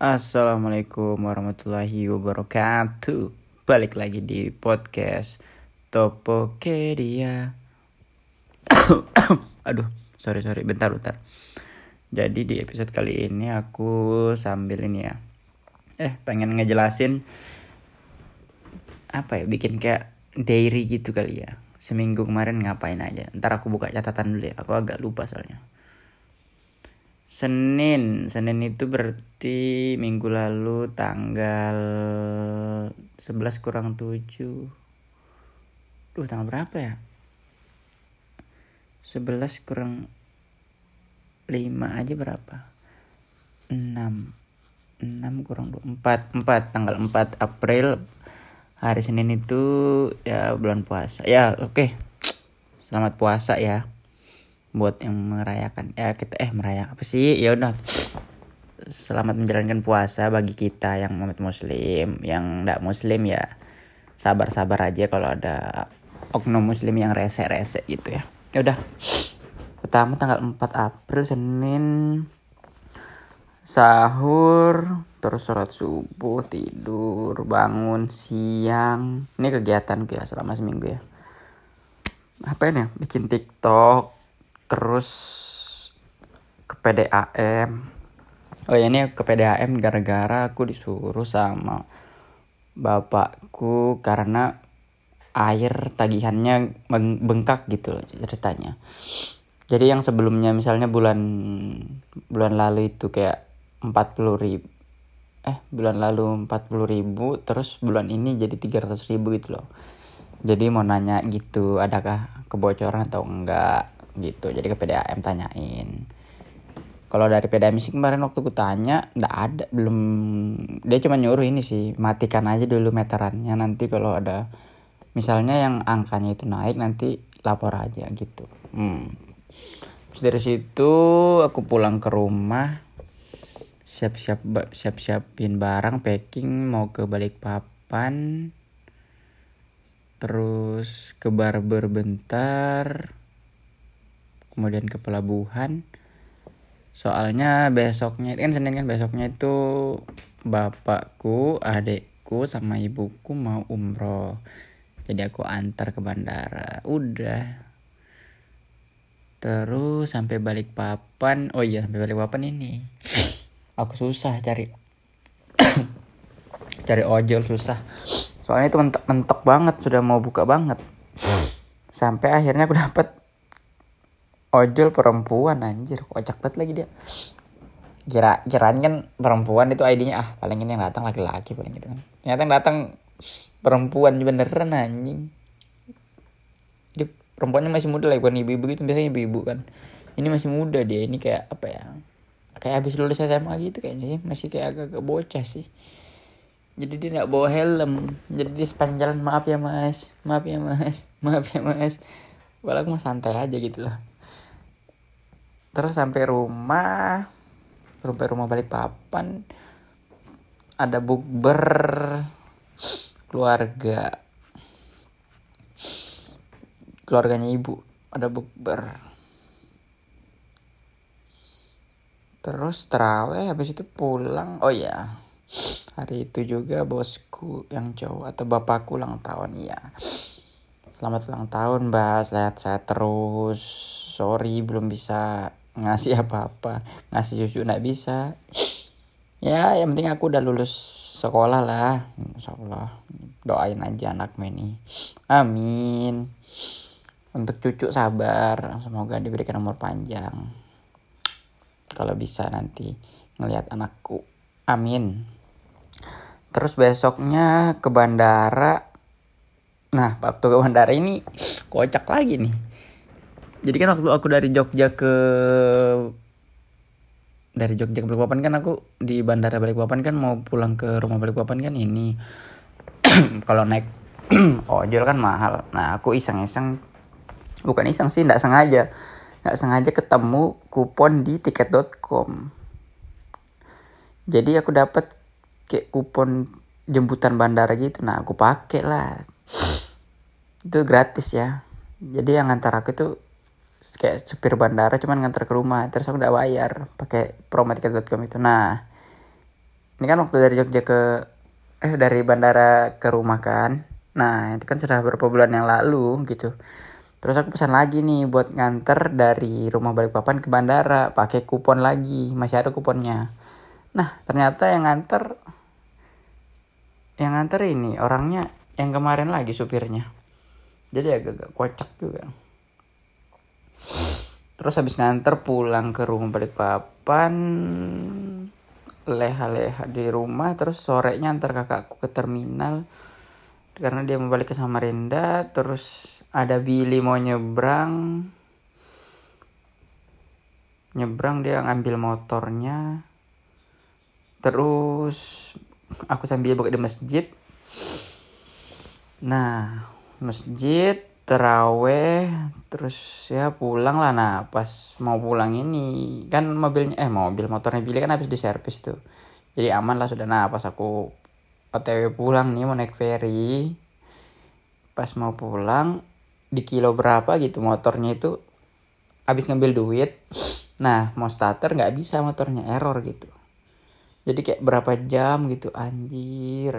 Assalamualaikum warahmatullahi wabarakatuh. Balik lagi di podcast Topokedia. Aduh, sorry, bentar. Jadi di episode kali ini aku sambil ini ya, pengen ngejelasin bikin kayak diary gitu kali ya. Seminggu kemarin ngapain aja. Ntar aku buka catatan dulu ya. Aku agak lupa soalnya. Senin itu berarti minggu lalu tanggal 11 kurang 7. Tanggal berapa ya? 11 kurang 5 aja berapa? 6 kurang 2, 4 tanggal 4 April. Hari Senin itu ya bulan puasa. Ya oke. Selamat puasa ya. Buat yang merayakan merayakan apa sih, ya udah, selamat menjalankan puasa bagi kita yang umat muslim. Yang enggak muslim ya sabar aja kalau ada oknum muslim yang rese gitu ya. Ya udah, pertama tanggal 4 April Senin, sahur, terus sholat subuh, tidur, bangun siang. Ini kegiatanku ya selama seminggu ya. Apa ini? Bikin TikTok, terus ke PDAM. Oh ya, ini ke PDAM gara-gara aku disuruh sama bapakku karena air tagihannya bengkak gitu loh ceritanya. Jadi yang sebelumnya misalnya bulan lalu itu kayak 40.000, bulan lalu 40.000, terus bulan ini jadi 300.000 gitu loh. Jadi mau nanya gitu, adakah kebocoran atau enggak gitu. Jadi ke PDAM tanyain. Kalau dari PDAM sih kemarin waktu gue tanya enggak ada, belum. Dia cuma nyuruh ini sih, matikan aja dulu meterannya, nanti kalau ada misalnya yang angkanya itu naik nanti lapor aja gitu. Terus dari situ aku pulang ke rumah, siapin barang, packing mau ke Balikpapan. Terus ke barber bentar, kemudian ke pelabuhan. Soalnya besoknya kan Senin kan, besoknya itu bapakku, adekku sama ibuku mau umroh. Jadi aku antar ke bandara. Udah. Terus sampai Balikpapan. Oh iya, sampai Balikpapan ini aku susah cari ojol, susah. Soalnya itu mentok banget, sudah mau buka banget. Sampai akhirnya aku dapat ojol perempuan, anjir, kocak banget lagi dia. Kiraan kan perempuan itu ID-nya paling ini yang datang laki-laki paling gitu kan. Ternyata yang datang perempuan beneran, anjing. Dia perempuannya masih muda lah, bukan ibu-ibu gitu, biasanya ibu-ibu kan. Ini masih muda dia, ini kayak apa ya? Kayak habis lulus SMA gitu kayaknya sih, masih kayak agak bocah sih. Jadi dia gak bawa helm. Jadi dia sepanjang jalan, maaf ya mas. Walau aku mah santai aja gitu loh. Terus sampai rumah Balikpapan, ada bukber keluarganya ibu, ada bukber. Terus tarawih, habis itu pulang. Oh ya, hari itu juga bosku yang cowok atau bapakku ulang tahun ya. Selamat ulang tahun Mbak, sehat-sehat terus. Sorry belum bisa ngasih apa-apa, ngasih cucu gak bisa. Ya yang penting aku udah lulus sekolah lah, insyaallah. Doain aja anakmu ini, amin. Untuk cucu sabar, semoga diberikan umur panjang. Kalau bisa nanti ngelihat anakku, amin. Terus besoknya ke bandara. Nah, waktu ke bandara ini kocak lagi nih. Jadi kan waktu aku dari Jogja ke Balikpapan kan, aku di bandara Balikpapan kan mau pulang ke rumah Balikpapan kan ini. Kalau naik ojol kan mahal. Nah, aku bukan iseng sih, enggak sengaja ketemu kupon di tiket.com. Jadi aku dapat kayak kupon jemputan bandara gitu. Nah, aku pakai lah. Itu gratis ya. Jadi yang ngantar aku itu kayak supir bandara, cuman ngantar ke rumah. Terus aku udah bayar pakai promo tiket.com itu. Nah, Ini kan waktu dari Jogja dari bandara ke rumah kan. Nah itu kan sudah beberapa bulan yang lalu gitu. Terus aku pesan lagi nih buat nganter dari rumah Balikpapan ke bandara, pakai kupon lagi, masih ada kuponnya. Nah ternyata yang nganter ini orangnya yang kemarin lagi supirnya. Jadi agak-agak kocak juga. Terus habis nganter pulang ke rumah Balikpapan, leha-leha di rumah, terus sorenya antar kakakku ke terminal karena dia mau balik ke Samarinda. Terus ada Billy mau nyebrang dia ngambil motornya. Terus aku sambil buka di masjid. Nah masjid terawih, terus ya pulang lah. Nah pas mau pulang ini kan motornya Billy kan habis diservis tuh, jadi aman lah sudah. Nah pas aku OTW pulang nih mau naik ferry, pas mau pulang di kilo berapa gitu motornya itu habis ngambil duit. Nah mau starter nggak bisa, motornya error gitu. Jadi kayak berapa jam gitu, anjir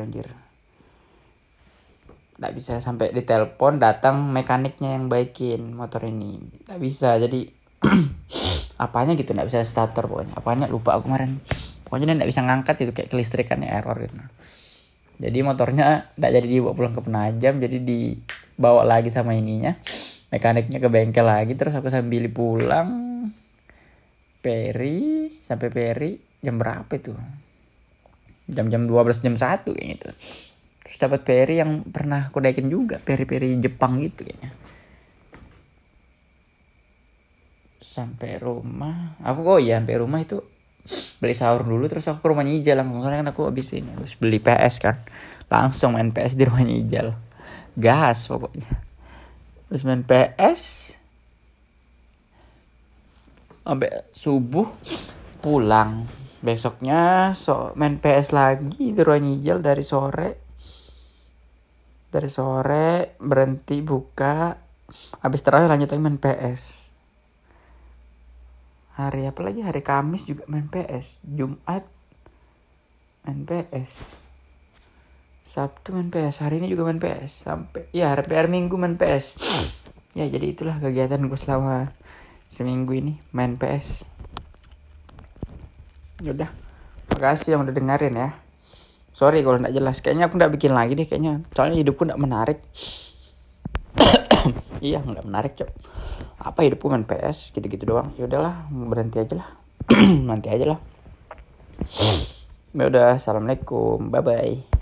nggak bisa, sampai ditelepon datang mekaniknya yang baikin motor ini, nggak bisa. Jadi apanya gitu nggak bisa starter, pokoknya apanya lupa aku kemarin. Pokoknya nggak bisa ngangkat itu, kayak kelistrikannya error gitu. Jadi motornya nggak jadi dibawa pulang ke Penajam, jadi dibawa lagi sama ininya, mekaniknya ke bengkel lagi. Terus aku sambil pulang sampai Peri jam berapa itu, jam 12 jam 1 kayak gitu. Terus dapat Peri yang pernah aku naikin juga, Peri Jepang gitu kayaknya. Sampai rumah itu beli sahur dulu, terus aku ke rumahnya Ijal langsung, soalnya kan aku habis beli PS kan, langsung main PS di rumahnya Ijal, gas pokoknya. Terus main PS sampai subuh, pulang. Besoknya main PS lagi di rumahnya Ijal dari sore berhenti buka, habis terawih lanjut lagi main PS. Hari apa lagi, hari Kamis juga main PS, Jumat main PS, Sabtu main PS, hari ini juga main PS, sampai hari Minggu main PS. Ya jadi itulah kegiatan gue selama seminggu ini, main PS. Yaudah, makasih yang udah dengerin ya. Sorry kalau gak jelas, kayaknya aku gak bikin lagi deh kayaknya, soalnya hidupku gak menarik. Iya gak menarik cok, apa hidupku main PS gitu-gitu doang. Ya udahlah, berhenti aja lah. Nanti aja lah. Ya udah, assalamualaikum, bye bye.